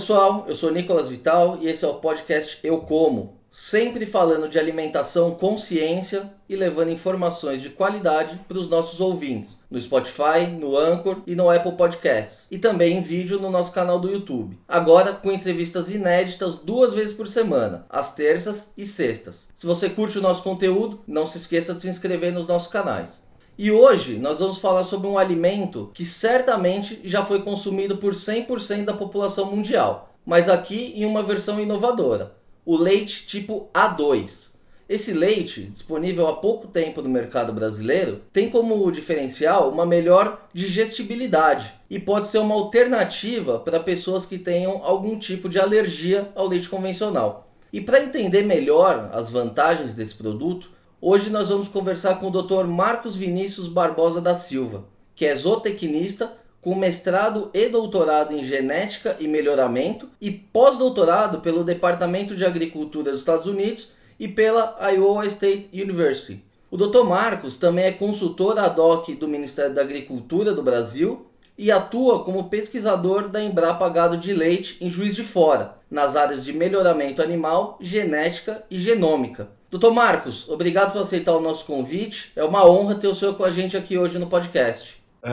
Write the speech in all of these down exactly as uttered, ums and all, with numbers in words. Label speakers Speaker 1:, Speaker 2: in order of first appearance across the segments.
Speaker 1: pessoal, eu sou Nicolas Vital e esse é o podcast Eu Como, sempre falando de alimentação com ciência e levando informações de qualidade para os nossos ouvintes, no Spotify, no Anchor e no Apple Podcasts, e também em vídeo no nosso canal do YouTube. Agora com entrevistas inéditas duas vezes por semana, às terças e sextas. Se você curte o nosso conteúdo, não se esqueça de se inscrever nos nossos canais. E hoje nós vamos falar sobre um alimento que certamente já foi consumido por cem por cento da população mundial, mas aqui em uma versão inovadora, o leite tipo A dois. Esse leite, disponível há pouco tempo no mercado brasileiro, tem como diferencial uma melhor digestibilidade e pode ser uma alternativa para pessoas que tenham algum tipo de alergia ao leite convencional. E para entender melhor as vantagens desse produto, hoje nós vamos conversar com o doutor Marcos Vinícius Barbosa da Silva, que é zootecnista com mestrado e doutorado em genética e melhoramento e pós-doutorado pelo Departamento de Agricultura dos Estados Unidos e pela Iowa State University. O doutor Marcos também é consultor ad hoc do Ministério da Agricultura do Brasil e atua como pesquisador da Embrapa Gado de Leite em Juiz de Fora, nas áreas de melhoramento animal, genética e genômica. doutor Marcos, obrigado por aceitar o nosso convite. É uma honra ter o senhor com a gente aqui hoje no podcast.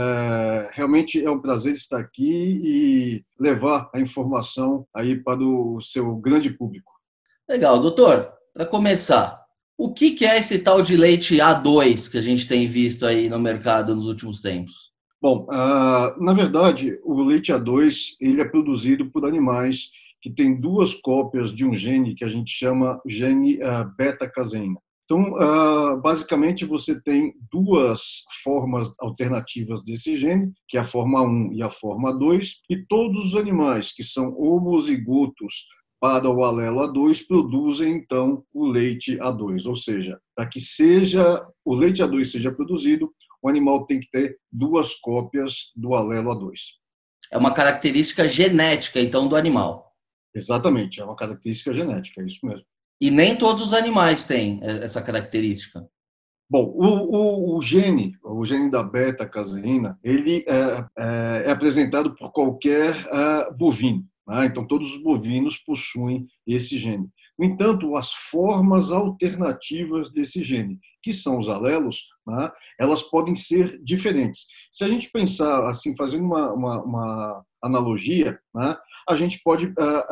Speaker 2: É, realmente é um prazer estar aqui e levar a informação aí para o seu grande público.
Speaker 1: Legal, doutor. Para começar, o que é esse tal de leite A dois que a gente tem visto aí no mercado nos últimos tempos?
Speaker 2: Bom, uh, na verdade, o leite A dois ele é produzido por animais que têm duas cópias de um gene que a gente chama gene uh, beta-caseína. Então, uh, basicamente, você tem duas formas alternativas desse gene, que é a forma um e a forma dois, e todos os animais que são homozigotos para o alelo A dois produzem, então, o leite A dois. Ou seja, para que seja, o leite A dois seja produzido, o animal tem que ter duas cópias do alelo A dois.
Speaker 1: É uma característica genética, então, do animal.
Speaker 2: Exatamente, é uma característica genética, é isso mesmo.
Speaker 1: E nem todos os animais têm essa característica.
Speaker 2: Bom, o, o, o gene, o gene da beta-caseína, ele é, é, é apresentado por qualquer é, bovino. Né? Então, todos os bovinos possuem esse gene. No entanto, as formas alternativas desse gene, que são os alelos, né, elas podem ser diferentes. Se a gente pensar, assim, fazendo uma, uma, uma analogia, né, a gente pode uh,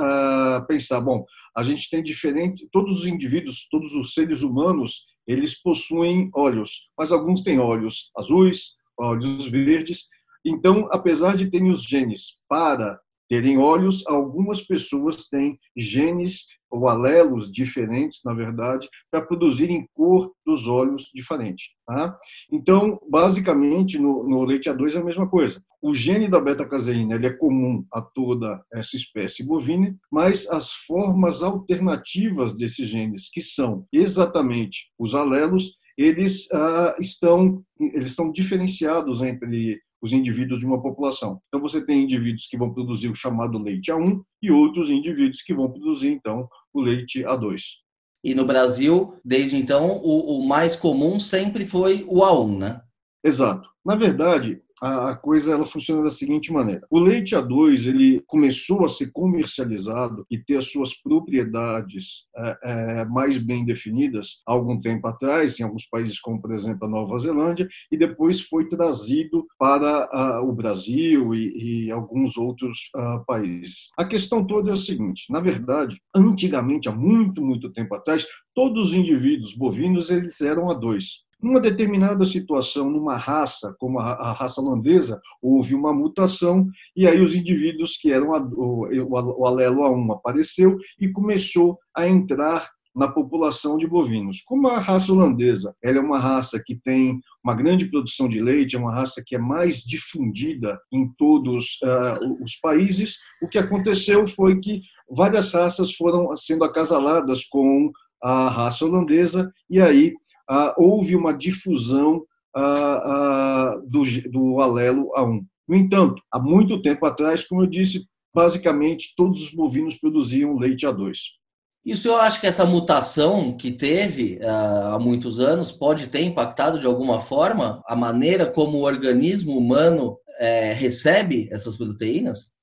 Speaker 2: uh, pensar, bom, a gente tem diferente, todos os indivíduos, todos os seres humanos, eles possuem olhos, mas alguns têm olhos azuis, olhos verdes. Então, apesar de terem os genes para terem olhos, algumas pessoas têm genes ou alelos diferentes, na verdade, para produzirem cor dos olhos diferente. Tá? Então, basicamente, no, no leite A dois é a mesma coisa. O gene da beta-caseína ele é comum a toda essa espécie bovina, mas as formas alternativas desses genes, que são exatamente os alelos, eles, ah, estão, eles estão diferenciados entre os indivíduos de uma população. Então, você tem indivíduos que vão produzir o chamado leite A um e outros indivíduos que vão produzir, então, o leite A dois.
Speaker 1: E no Brasil, desde então, o, o mais comum sempre foi o A um, né?
Speaker 2: Exato. Na verdade, a coisa ela funciona da seguinte maneira. O leite A dois ele começou a ser comercializado e ter as suas propriedades é, é, mais bem definidas há algum tempo atrás, em alguns países como, por exemplo, a Nova Zelândia, e depois foi trazido para uh, o Brasil e, e alguns outros uh, países. A questão toda é a seguinte, na verdade, antigamente, há muito, muito tempo atrás, todos os indivíduos bovinos eles eram A dois. Numa determinada situação, numa raça, como a raça holandesa, houve uma mutação e aí os indivíduos que eram o alelo A um apareceu e começou a entrar na população de bovinos. Como a raça holandesa ela é uma raça que tem uma grande produção de leite, é uma raça que é mais difundida em todos uh, os países, o que aconteceu foi que várias raças foram sendo acasaladas com a raça holandesa e aí Uh, houve uma difusão uh, uh, do, do alelo A um. No entanto, há muito tempo atrás, como eu disse, basicamente todos os bovinos produziam leite A dois.
Speaker 1: E o senhor acha que essa mutação que teve uh, há muitos anos pode ter impactado de alguma forma a maneira como o organismo humano uh, recebe essas proteínas?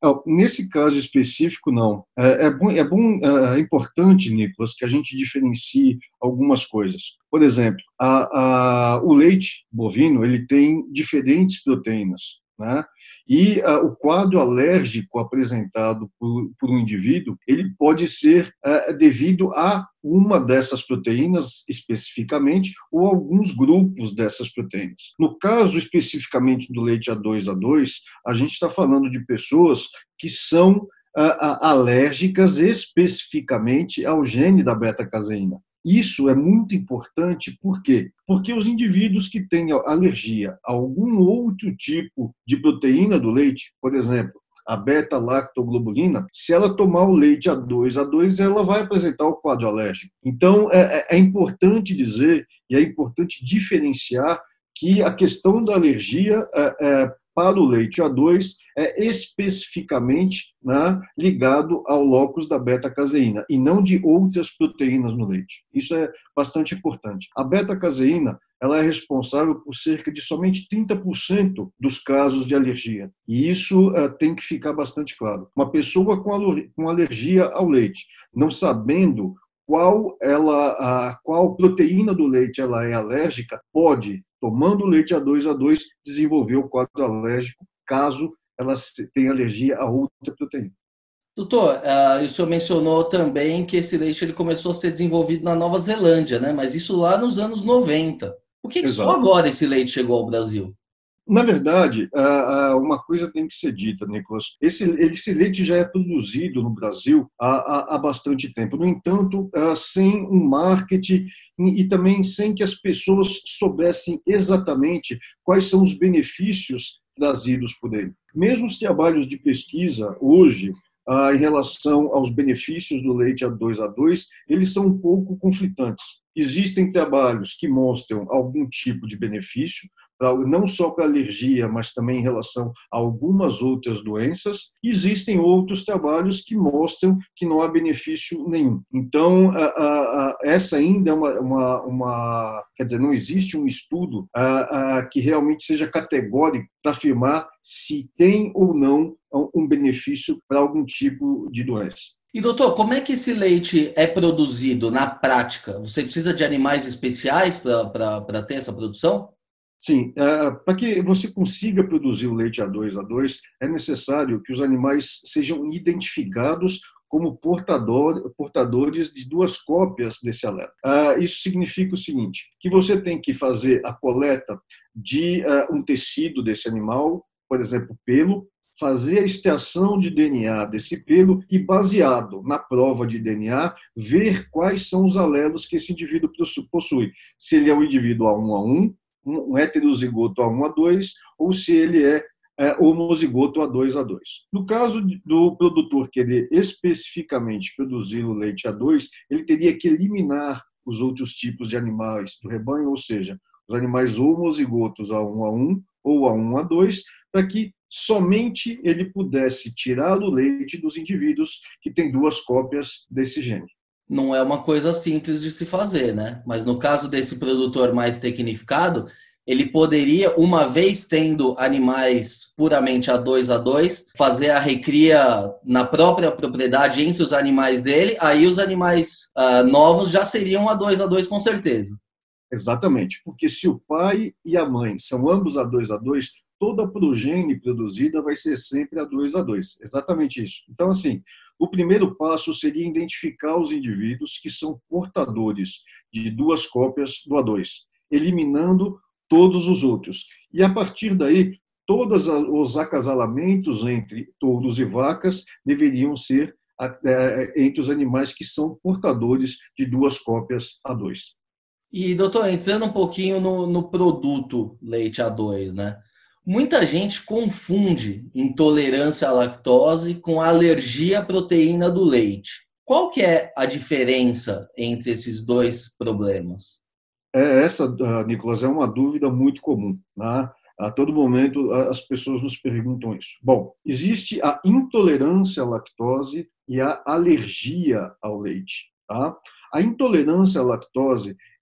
Speaker 2: Nesse caso específico, não. É, é bom, é, bom, é importante, Nicolas, que a gente diferencie algumas coisas. Por exemplo, a, a, o leite bovino ele tem diferentes proteínas, né? E a, o quadro alérgico apresentado por, por um indivíduo ele pode ser é, devido a uma dessas proteínas especificamente ou alguns grupos dessas proteínas. No caso especificamente do leite A dois A dois, a gente está falando de pessoas que são a, a, alérgicas especificamente ao gene da beta-caseína. Isso é muito importante, por quê? Porque os indivíduos que têm alergia a algum outro tipo de proteína do leite, por exemplo, a beta-lactoglobulina, se ela tomar o leite A dois A dois, ela vai apresentar o quadro alérgico. Então, é, é importante dizer e é importante diferenciar que a questão da alergia é, é, para o leite A dois é especificamente, né, ligado ao locus da beta-caseína e não de outras proteínas no leite. Isso é bastante importante. A beta-caseína ela é responsável por cerca de somente trinta por cento dos casos de alergia. E isso uh, tem que ficar bastante claro. Uma pessoa com alergia ao leite, não sabendo qual, ela, a, qual proteína do leite ela é alérgica, pode, tomando leite A dois A dois, desenvolver o quadro alérgico, caso ela tenha alergia a outra proteína.
Speaker 1: Doutor, uh, o senhor mencionou também que esse leite ele começou a ser desenvolvido na Nova Zelândia, né? Mas isso lá nos anos noventa. Por que, que só agora esse leite chegou ao Brasil?
Speaker 2: Na verdade, uma coisa tem que ser dita, Nicolas. Esse, esse leite já é produzido no Brasil há, há, há bastante tempo. No entanto, sem um marketing e também sem que as pessoas soubessem exatamente quais são os benefícios trazidos por ele. Mesmo os trabalhos de pesquisa hoje, em relação aos benefícios do leite A dois A dois, eles são um pouco conflitantes. Existem trabalhos que mostram algum tipo de benefício, não só para alergia, mas também em relação a algumas outras doenças. Existem outros trabalhos que mostram que não há benefício nenhum. Então, essa ainda é uma, uma, uma quer dizer, não existe um estudo que realmente seja categórico para afirmar se tem ou não um benefício para algum tipo de doença.
Speaker 1: E, doutor, como é que esse leite é produzido na prática? Você precisa de animais especiais para ter essa produção?
Speaker 2: Sim, para que você consiga produzir o leite A dois A dois, é necessário que os animais sejam identificados como portador, portadores de duas cópias desse alelo. Isso significa o seguinte, que você tem que fazer a coleta de um tecido desse animal, por exemplo, pelo, fazer a extração de D N A desse pelo e, baseado na prova de D N A, ver quais são os alelos que esse indivíduo possui. Se ele é um indivíduo A um A um, um heterozigoto A um A dois, ou se ele é, é homozigoto A dois A dois. No caso do produtor querer especificamente produzir o leite A dois, ele teria que eliminar os outros tipos de animais do rebanho, ou seja, os animais homozigotos A um A um ou A um A dois, para que somente ele pudesse tirar o leite dos indivíduos que têm duas cópias desse gene.
Speaker 1: Não é uma coisa simples de se fazer, né? Mas no caso desse produtor mais tecnificado, ele poderia, uma vez tendo animais puramente A dois A dois, fazer a recria na própria propriedade entre os animais dele, aí os animais uh, novos já seriam A dois A dois com certeza.
Speaker 2: Exatamente, porque se o pai e a mãe são ambos A dois A dois, toda a progenie produzida vai ser sempre A dois A dois. Exatamente isso. Então, assim, o primeiro passo seria identificar os indivíduos que são portadores de duas cópias do A dois, eliminando todos os outros. E, a partir daí, todos os acasalamentos entre touros e vacas deveriam ser entre os animais que são portadores de duas cópias A dois.
Speaker 1: E, doutor, entrando um pouquinho no, no produto leite A dois, né? Muita gente confunde intolerância à lactose com alergia à proteína do leite. Qual que é a diferença entre esses dois problemas?
Speaker 2: Essa, Nicolas, é uma dúvida muito comum, né? A todo momento as pessoas nos perguntam isso. Bom, existe a intolerância à lactose e a alergia ao leite. Tá? A intolerância à lactose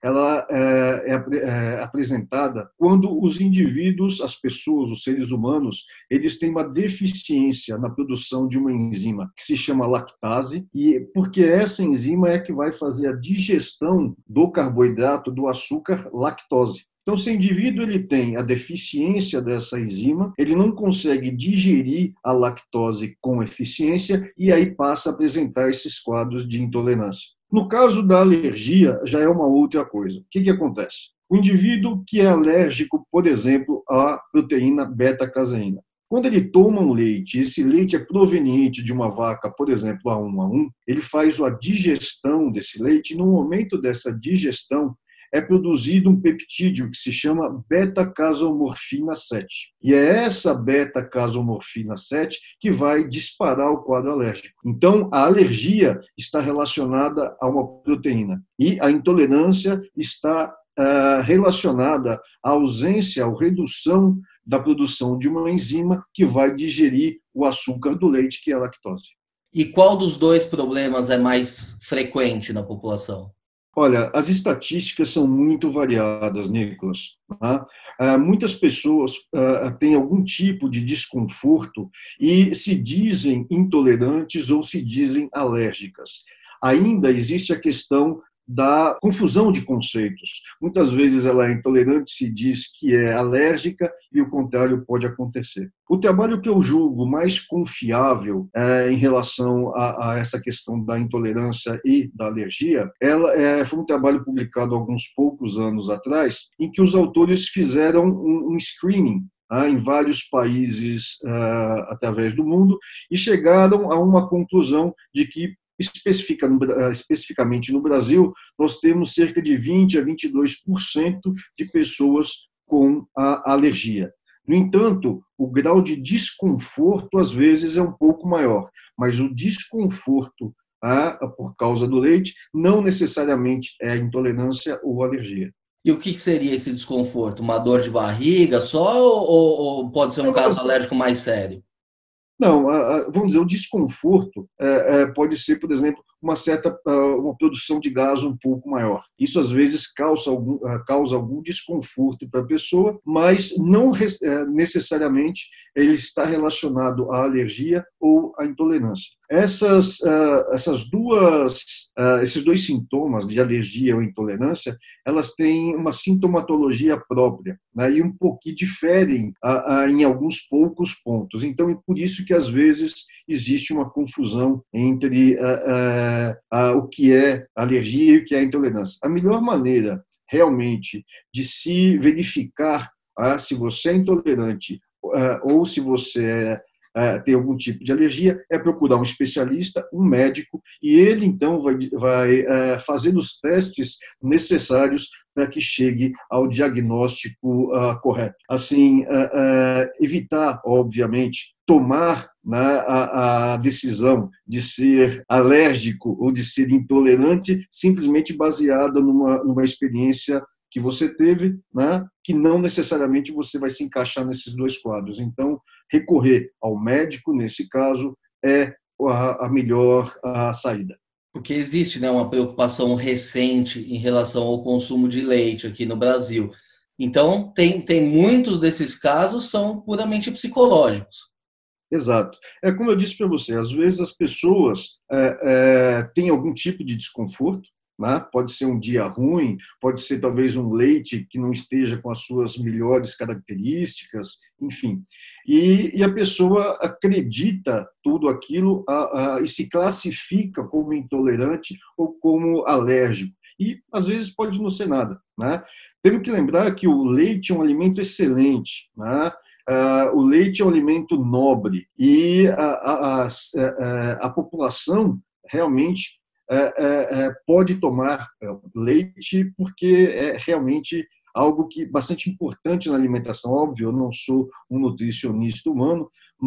Speaker 2: ela é, é, é apresentada quando os indivíduos, as pessoas, os seres humanos, eles têm uma deficiência na produção de uma enzima que se chama lactase, e porque essa enzima é que vai fazer a digestão do carboidrato, do açúcar, lactose. Então, se o indivíduo ele tem a deficiência dessa enzima, ele não consegue digerir a lactose com eficiência e aí passa a apresentar esses quadros de intolerância. No caso da alergia, já é uma outra coisa. O que, que acontece? O indivíduo que é alérgico, por exemplo, à proteína beta-caseína, quando ele toma um leite, esse leite é proveniente de uma vaca, por exemplo, A um A um, ele faz a digestão desse leite, e no momento dessa digestão, é produzido um peptídeo que se chama beta-casomorfina sete. E é essa beta-casomorfina sete que vai disparar o quadro alérgico. Então, a alergia está relacionada a uma proteína e a intolerância está uh, relacionada à ausência ou redução da produção de uma enzima que vai digerir o açúcar do leite, que é a lactose.
Speaker 1: E qual dos dois problemas é mais frequente na população?
Speaker 2: Olha, as estatísticas são muito variadas, Nicolas. Tá? Muitas pessoas têm algum tipo de desconforto e se dizem intolerantes ou se dizem alérgicas. Ainda existe a questão da confusão de conceitos. Muitas vezes ela é intolerante, se diz que é alérgica e o contrário pode acontecer. O trabalho que eu julgo mais confiável é, em relação a, a essa questão da intolerância e da alergia, ela é, foi um trabalho publicado há alguns poucos anos atrás, em que os autores fizeram um, um screening ah, em vários países ah, através do mundo e chegaram a uma conclusão de que especificamente no Brasil, nós temos cerca de vinte a vinte e dois por cento de pessoas com a alergia. No entanto, o grau de desconforto, às vezes, é um pouco maior, mas o desconforto ah, por causa do leite não necessariamente é intolerância ou alergia.
Speaker 1: E o que seria esse desconforto? Uma dor de barriga só ou, ou pode ser um caso alérgico mais sério?
Speaker 2: Não, vamos dizer, o desconforto é, pode ser, por exemplo, uma certa uma produção de gás um pouco maior. Isso, às vezes, causa algum, causa algum desconforto para a pessoa, mas não necessariamente ele está relacionado à alergia ou à intolerância. Essas, essas duas, esses dois sintomas de alergia ou intolerância, elas têm uma sintomatologia própria, né, e um pouquinho diferem em alguns poucos pontos. Então, é por isso que, às vezes, existe uma confusão entre o que é alergia e o que é intolerância. A melhor maneira, realmente, de se verificar se você é intolerante ou se você é tem algum tipo de alergia, é procurar um especialista, um médico, e ele, então, vai, vai fazer os testes necessários para que chegue ao diagnóstico uh, correto. Assim, uh, uh, evitar, obviamente, tomar né, a, a decisão de ser alérgico ou de ser intolerante simplesmente baseada numa, numa experiência que você teve, né, que não necessariamente você vai se encaixar nesses dois quadros. Então, recorrer ao médico, nesse caso, é a, a melhor a saída.
Speaker 1: Porque existe, né, uma preocupação recente em relação ao consumo de leite aqui no Brasil. Então, tem, tem muitos desses casos são puramente psicológicos.
Speaker 2: Exato. É como eu disse para você, às vezes as pessoas é, é, têm algum tipo de desconforto, né? Pode ser um dia ruim, pode ser talvez um leite que não esteja com as suas melhores características, enfim. E, e a pessoa acredita tudo aquilo a, a, e se classifica como intolerante ou como alérgico. E, às vezes, pode não ser nada, né? Temos que lembrar que o leite é um alimento excelente, né? Uh, o leite é um alimento nobre e a, a, a, a população realmente é, é, pode tomar leite porque é realmente algo que bastante importante na alimentação. Óbvio, eu não sou um nutricionista humano,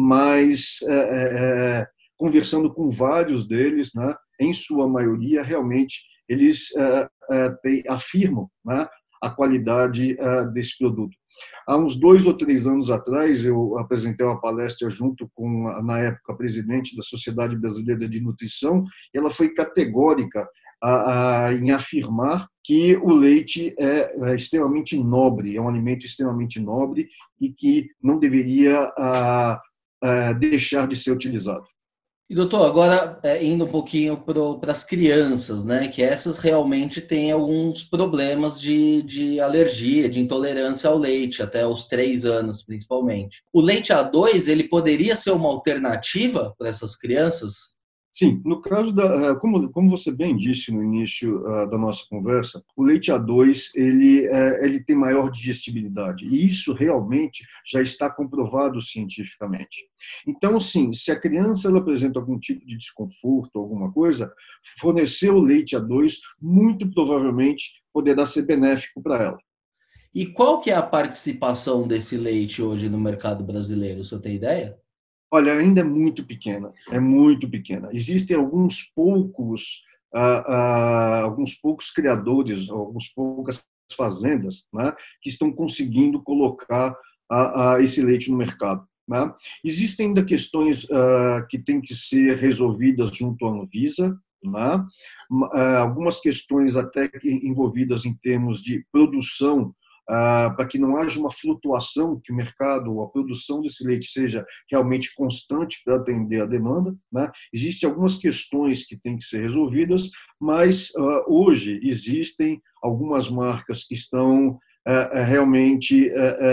Speaker 2: mas é, é, conversando com vários deles, né, em sua maioria, realmente, eles é, é, tem, afirmam, né, a qualidade uh, desse produto. Há uns dois ou três anos atrás, eu apresentei uma palestra junto com, na época, a presidente da Sociedade Brasileira de Nutrição, e ela foi categórica a, a, em afirmar que o leite é, é extremamente nobre, é um alimento extremamente nobre e que não deveria a, a deixar de ser utilizado.
Speaker 1: E, doutor, agora é, indo um pouquinho para as crianças, né? Que essas realmente têm alguns problemas de, de alergia, de intolerância ao leite, até os três anos, principalmente. O leite A dois, ele poderia ser uma alternativa para essas crianças?
Speaker 2: Sim, no caso da, como, como você bem disse no início uh, da nossa conversa, o leite A dois ele, uh, ele tem maior digestibilidade e isso realmente já está comprovado cientificamente. Então, sim, se a criança ela apresenta algum tipo de desconforto, alguma coisa, fornecer o leite A dois muito provavelmente poderá ser benéfico para ela.
Speaker 1: E qual que é a participação desse leite hoje no mercado brasileiro? O senhor tem ideia?
Speaker 2: Olha, ainda é muito pequena, é muito pequena. Existem alguns poucos, ah, ah, alguns poucos criadores, algumas poucas fazendas, né, que estão conseguindo colocar ah, ah, esse leite no mercado. Né? Existem ainda questões ah, que têm que ser resolvidas junto à Anvisa, né? Ah, algumas questões até envolvidas em termos de produção, Uh, para que não haja uma flutuação, que o mercado, a produção desse leite seja realmente constante para atender a demanda. Né? Existem algumas questões que têm que ser resolvidas, mas uh, hoje existem algumas marcas que estão uh, realmente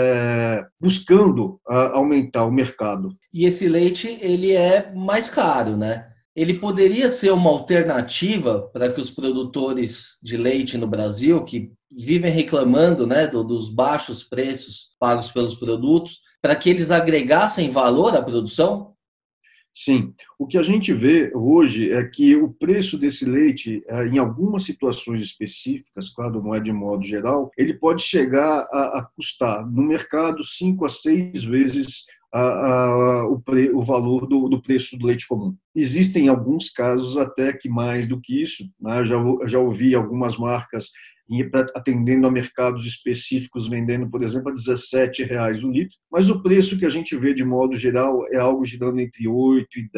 Speaker 2: uh, buscando aumentar o mercado.
Speaker 1: E esse leite, ele é mais caro, né? Ele poderia ser uma alternativa para que os produtores de leite no Brasil, que vivem reclamando, né, do, dos baixos preços pagos pelos produtos, para que eles agregassem valor à produção?
Speaker 2: Sim, o que a gente vê hoje é que o preço desse leite, em algumas situações específicas, claro, não é de modo geral, ele pode chegar a, a custar no mercado cinco a seis vezes a, a, o, pre, o valor do, do preço do leite comum. Existem alguns casos até que mais do que isso. Né? Eu já, já ouvi algumas marcas atendendo a mercados específicos, vendendo, por exemplo, a dezessete reais o litro, mas o preço que a gente vê de modo geral é algo girando entre oito e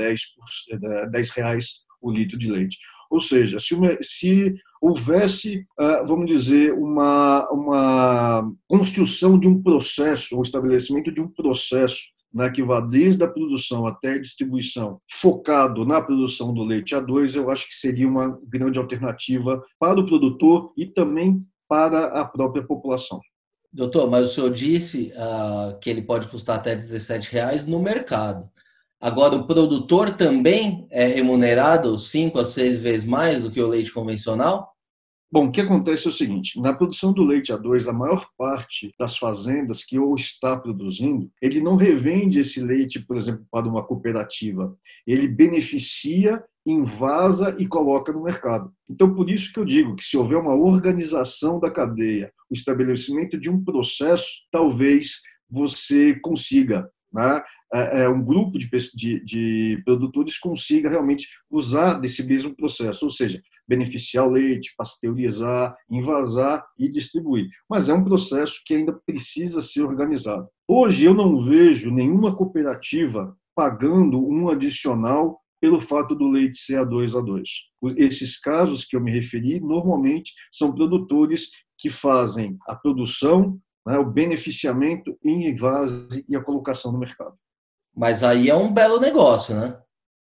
Speaker 2: dez reais o litro de leite. Ou seja, se, uma, se houvesse, vamos dizer, uma, uma construção de um processo, ou estabelecimento de um processo, né, que vá desde a produção até a distribuição, focado na produção do leite A dois, eu acho que seria uma grande alternativa para o produtor e também para a própria população.
Speaker 1: Doutor, mas o senhor disse uh, que ele pode custar até dezessete reais no mercado. Agora, o produtor também é remunerado cinco a seis vezes mais do que o leite convencional?
Speaker 2: Bom, o que acontece é o seguinte, na produção do leite A dois, a maior parte das fazendas que ou está produzindo, ele não revende esse leite, por exemplo, para uma cooperativa. Ele beneficia, invasa e coloca no mercado. Então, por isso que eu digo que se houver uma organização da cadeia, o estabelecimento de um processo, talvez você consiga, né? É, um grupo de, de, de produtores consiga realmente usar desse mesmo processo, ou seja, beneficiar o leite, pasteurizar, invasar e distribuir. Mas é um processo que ainda precisa ser organizado. Hoje eu não vejo nenhuma cooperativa pagando um adicional pelo fato do leite ser A dois A dois. Esses casos que eu me referi, normalmente, são produtores que fazem a produção, né, o beneficiamento em invase e a colocação no mercado.
Speaker 1: Mas aí é um belo negócio, né?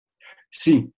Speaker 2: Sim.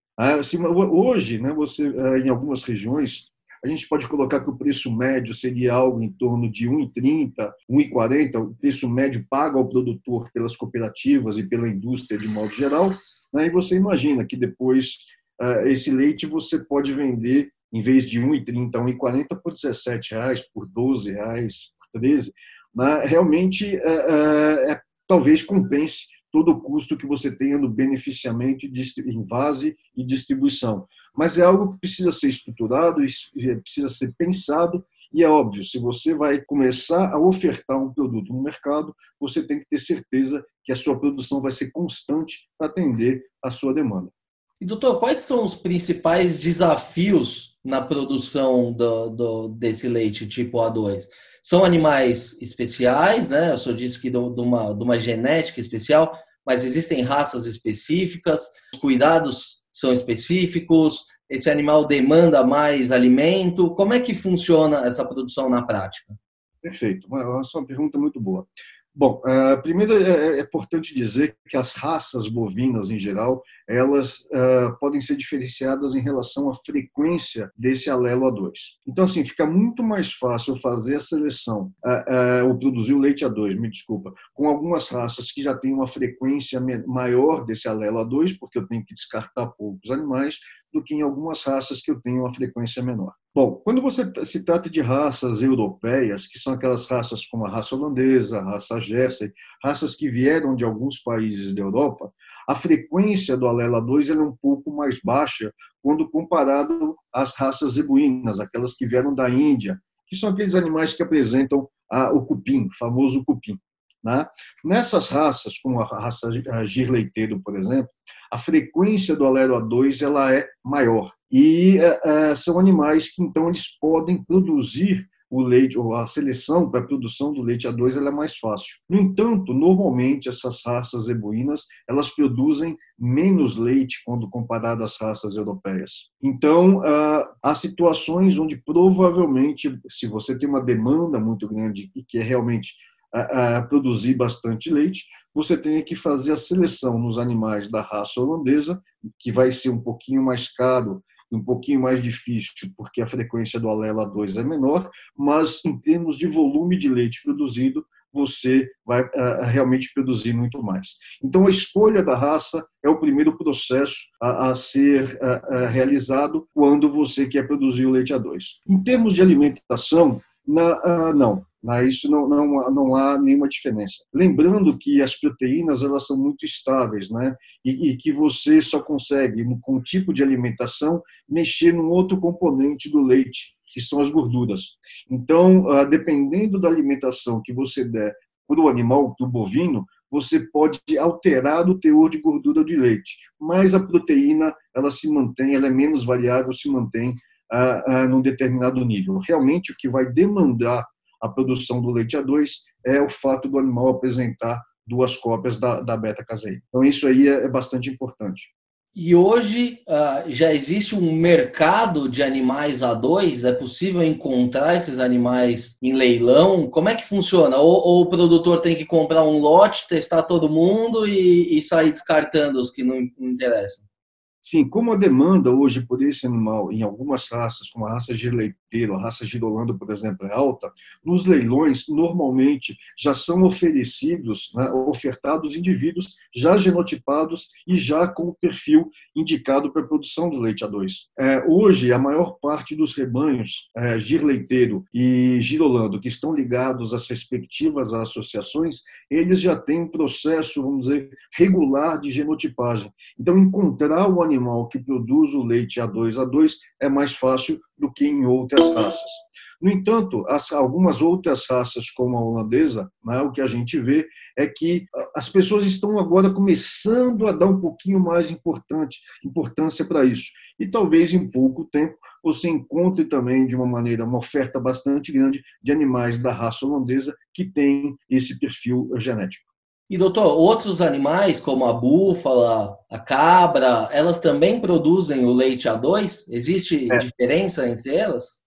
Speaker 2: Hoje, né, você, em algumas regiões, a gente pode colocar que o preço médio seria algo em torno de um real e trinta centavos, um real e quarenta centavos, o preço médio pago ao produtor pelas cooperativas e pela indústria de modo geral. Né, e você imagina que depois esse leite você pode vender, em vez de um real e trinta centavos, um real e quarenta centavos, por dezessete reais, por doze reais, por treze reais. Né, realmente, é, é, talvez compense todo o custo que você tenha no beneficiamento, invase e distribuição. Mas é algo que precisa ser estruturado, precisa ser pensado, e é óbvio, se você vai começar a ofertar um produto no mercado, você tem que ter certeza que a sua produção vai ser constante para atender a sua demanda.
Speaker 1: E, doutor, quais são os principais desafios na produção do, do, desse leite tipo A dois? São animais especiais, né? O senhor disse que de uma, de uma genética especial, mas existem raças específicas, os cuidados são específicos, Esse animal demanda mais alimento? Como é que funciona essa produção na prática?
Speaker 2: Perfeito. Uma, uma pergunta muito boa. Bom, uh, primeiro é, é importante dizer que as raças bovinas, em geral, elas uh, podem ser diferenciadas em relação à frequência desse alelo A dois. Então, assim, fica muito mais fácil fazer a seleção, uh, uh, ou produzir o leite A dois, me desculpa, com algumas raças que já têm uma frequência maior desse alelo A dois, porque eu tenho que descartar poucos animais, do que em algumas raças que eu tenho uma frequência menor. Bom, quando você se trata de raças europeias, que são aquelas raças como a raça holandesa, a raça Jersey, raças que vieram de alguns países da Europa, a frequência do alelo A dois é um pouco mais baixa quando comparado às raças zebuínas, aquelas que vieram da Índia, que são aqueles animais que apresentam o cupim, o famoso cupim. Né? Nessas raças, como a raça Gir-Leiteiro, por exemplo, a frequência do alelo A dois ela é maior. E é, são animais que, então, eles podem produzir o leite, ou a seleção para a produção do leite A dois ela é mais fácil. No entanto, normalmente, essas raças zebuínas elas produzem menos leite quando comparado às raças europeias. Então, há situações onde, provavelmente, se você tem uma demanda muito grande e que é realmente A, a produzir bastante leite, você tem que fazer a seleção nos animais da raça holandesa, que vai ser um pouquinho mais caro, um pouquinho mais difícil, porque a frequência do alelo A dois é menor, mas em termos de volume de leite produzido, você vai uh, realmente produzir muito mais. Então, a escolha da raça é o primeiro processo a, a ser uh, uh, realizado quando você quer produzir o leite A dois. Em termos de alimentação, na, uh, não. Isso não, não, não há nenhuma diferença. Lembrando que as proteínas elas são muito estáveis, né? e, e que você só consegue, com o tipo de alimentação, mexer num outro componente do leite, que são as gorduras. Então, dependendo da alimentação que você der para o animal, para o bovino, você pode alterar o teor de gordura de leite, mas a proteína ela se mantém, ela é menos variável, se mantém ah, ah, num determinado nível. Realmente, o que vai demandar a produção do leite A dois é o fato do animal apresentar duas cópias da, da beta-caseína. Então, isso aí é, é bastante importante.
Speaker 1: E hoje uh, já existe um mercado de animais A dois? É possível encontrar esses animais em leilão? Como é que funciona? Ou, ou o produtor tem que comprar um lote, testar todo mundo e, e sair descartando os que não, não interessam?
Speaker 2: Sim, como a demanda hoje por esse animal em algumas raças, como a raça Gir-Leiteiro, a raça Gir-Holanda, por exemplo, é alta, nos leilões, normalmente, já são oferecidos, né, ofertados indivíduos já genotipados e já com o perfil indicado para a produção do leite A dois. É, hoje, a maior parte dos rebanhos é, Gir-Leiteiro e Gir-Holanda, que estão ligados às respectivas associações, eles já têm um processo, vamos dizer, regular de genotipagem. Então, encontrar o animal que produz o leite A dois A dois é mais fácil do que em outras raças. No entanto, as, algumas outras raças, como a holandesa, né, o que a gente vê é que as pessoas estão agora começando a dar um pouquinho mais importante, importância para isso. E talvez em pouco tempo você encontre também, de uma maneira, uma oferta bastante grande de animais da raça holandesa que têm esse perfil genético.
Speaker 1: E, doutor, outros animais, como a búfala, a cabra, elas também produzem o leite A dois? Existe
Speaker 2: É.
Speaker 1: diferença entre elas?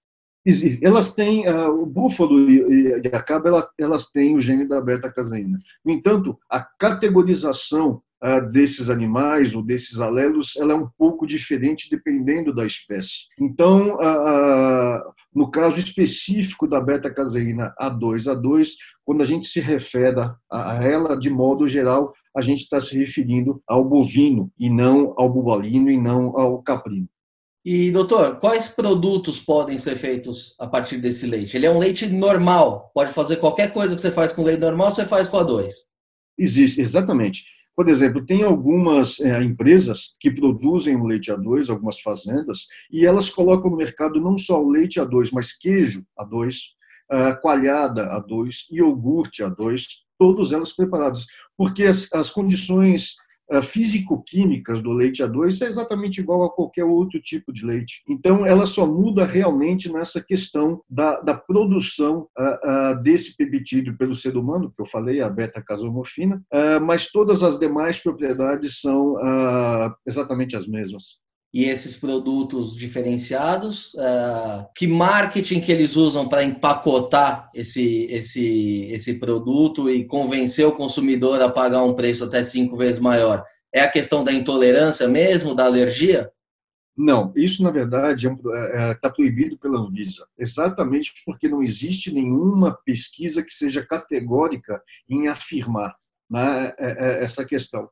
Speaker 2: Elas têm, uh, o búfalo e, e a cabra, elas, elas têm o gene da beta-caseína. No entanto, a categorização uh, desses animais ou desses alelos, ela é um pouco diferente dependendo da espécie. Então, uh, uh, no caso específico da beta-caseína A dois A dois, quando a gente se refere a ela, de modo geral, a gente está se referindo ao bovino e não ao bubalino e não ao caprino.
Speaker 1: E, doutor, quais produtos podem ser feitos a partir desse leite? Ele é um leite normal, pode fazer qualquer coisa que você faz com leite normal, você faz com A dois.
Speaker 2: Existe, exatamente. Por exemplo, tem algumas é, empresas que produzem o leite A dois, algumas fazendas, e elas colocam no mercado não só o leite A dois, mas queijo A dois, uh, coalhada A dois, iogurte A dois, todos elas preparados. Porque as, as condições físico-químicas do leite A dois é exatamente igual a qualquer outro tipo de leite. Então, ela só muda realmente nessa questão da, da produção uh, uh, desse peptídeo pelo ser humano, que eu falei, a beta-casomorfina, uh, mas todas as demais propriedades são uh, exatamente as mesmas.
Speaker 1: e esses produtos diferenciados? Uh, que marketing que eles usam para empacotar esse, esse, esse produto e convencer o consumidor a pagar um preço até cinco vezes maior? É a questão da intolerância mesmo, da alergia?
Speaker 2: Não, isso na verdade está é, é, tá proibido pela Anvisa, exatamente porque não existe nenhuma pesquisa que seja categórica em afirmar, né, essa questão.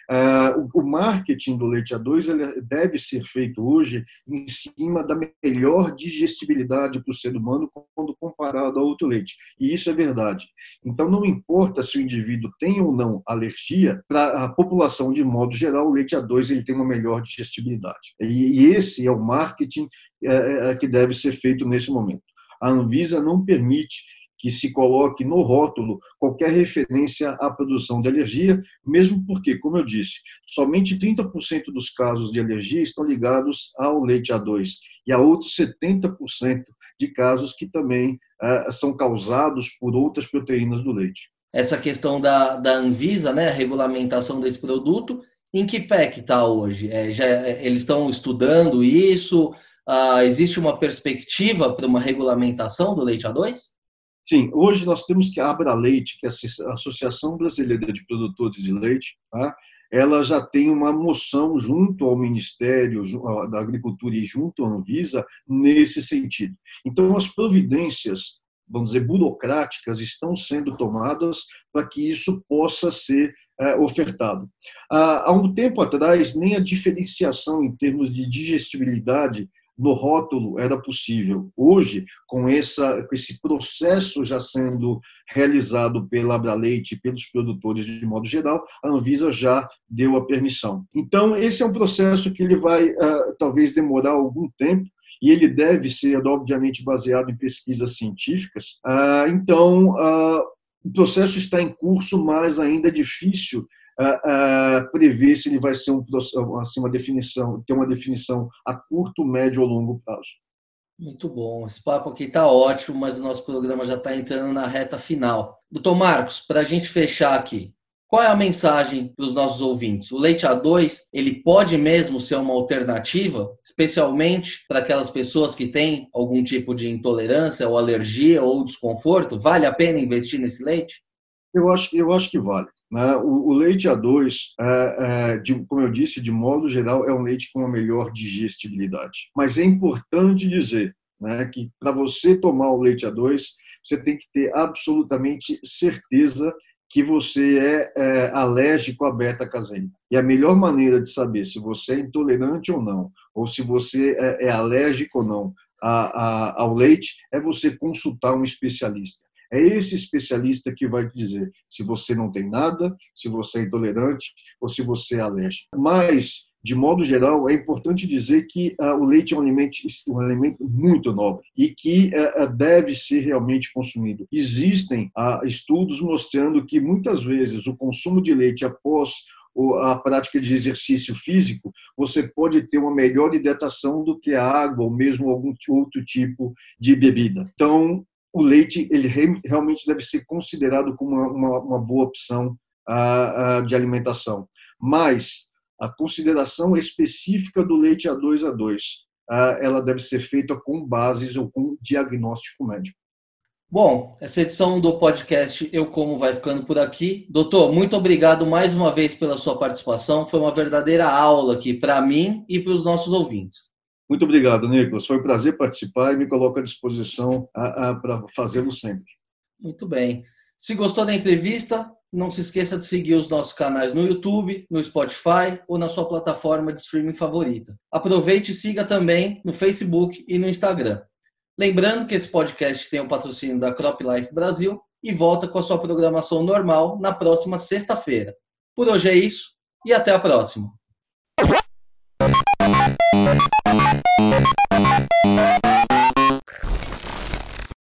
Speaker 2: Uh, o marketing do leite A dois ele deve ser feito hoje em cima da melhor digestibilidade para o ser humano quando comparado a outro leite. E isso é verdade. Então, não importa se o indivíduo tem ou não alergia, para a população de modo geral, o leite A dois ele tem uma melhor digestibilidade. E, e esse é o marketing é, é, que deve ser feito nesse momento. A Anvisa não permite que se coloque no rótulo qualquer referência à produção de alergia, mesmo porque, como eu disse, somente trinta por cento dos casos de alergia estão ligados ao leite A dois e há outros setenta por cento de casos que também ah, são causados por outras proteínas do leite.
Speaker 1: Essa questão da, da Anvisa, né, a regulamentação desse produto, em que pé que está hoje? É, já, eles estão estudando isso? Ah, existe uma perspectiva para uma regulamentação do leite A dois?
Speaker 2: Sim, hoje nós temos que a Abraleite, que é a Associação Brasileira de Produtores de Leite, tá? Ela já tem uma moção junto ao Ministério da Agricultura e junto à Anvisa nesse sentido. Então, as providências, vamos dizer, burocráticas estão sendo tomadas para que isso possa ser é, ofertado. Há um tempo atrás, nem a diferenciação em termos de digestibilidade no rótulo era possível. Hoje, com, essa, com esse processo já sendo realizado pela Abraleite e pelos produtores de modo geral, a Anvisa já deu a permissão. Então, esse é um processo que ele vai uh, talvez demorar algum tempo, e ele deve ser, obviamente, baseado em pesquisas científicas. Uh, então, uh, o processo está em curso, mas ainda é difícil Uh, uh, prever se ele vai ser um, assim, uma definição, ter uma definição a curto, médio ou longo prazo.
Speaker 1: Muito bom. Esse papo aqui está ótimo, mas o nosso programa já está entrando na reta final. Doutor Marcos, para a gente fechar aqui, qual é a mensagem para os nossos ouvintes? O leite A dois, ele pode mesmo ser uma alternativa, especialmente para aquelas pessoas que têm algum tipo de intolerância ou alergia ou desconforto? Vale a pena investir nesse leite?
Speaker 2: Eu acho, eu acho que vale. O leite A dois, como eu disse, de modo geral, é um leite com uma melhor digestibilidade. Mas é importante dizer que para você tomar o leite A dois, você tem que ter absolutamente certeza que você é alérgico à beta-caseína. E a melhor maneira de saber se você é intolerante ou não, ou se você é alérgico ou não ao leite, é você consultar um especialista. É esse especialista que vai te dizer se você não tem nada, se você é intolerante ou se você é alérgico. Mas, de modo geral, é importante dizer que uh, o leite é um alimento, um alimento muito nobre e que uh, deve ser realmente consumido. Existem uh, estudos mostrando que, muitas vezes, o consumo de leite após a prática de exercício físico, você pode ter uma melhor hidratação do que a água ou mesmo algum outro tipo de bebida. Então, o leite ele realmente deve ser considerado como uma, uma, uma boa opção uh, uh, de alimentação. Mas a consideração específica do leite A dois A dois, uh, ela deve ser feita com bases ou com diagnóstico médico.
Speaker 1: Bom, essa edição do podcast Eu Como vai ficando por aqui. Doutor, muito obrigado mais uma vez pela sua participação. Foi uma verdadeira aula aqui para mim e para os nossos ouvintes.
Speaker 2: Muito obrigado, Nicolas. Foi um prazer participar e me coloco à disposição para fazê-lo sempre.
Speaker 1: Muito bem. Se gostou da entrevista, não se esqueça de seguir os nossos canais no YouTube, no Spotify ou na sua plataforma de streaming favorita. Aproveite e siga também no Facebook e no Instagram. Lembrando que esse podcast tem o patrocínio da Crop Life Brasil e volta com a sua programação normal na próxima sexta-feira. Por hoje é isso e até a próxima.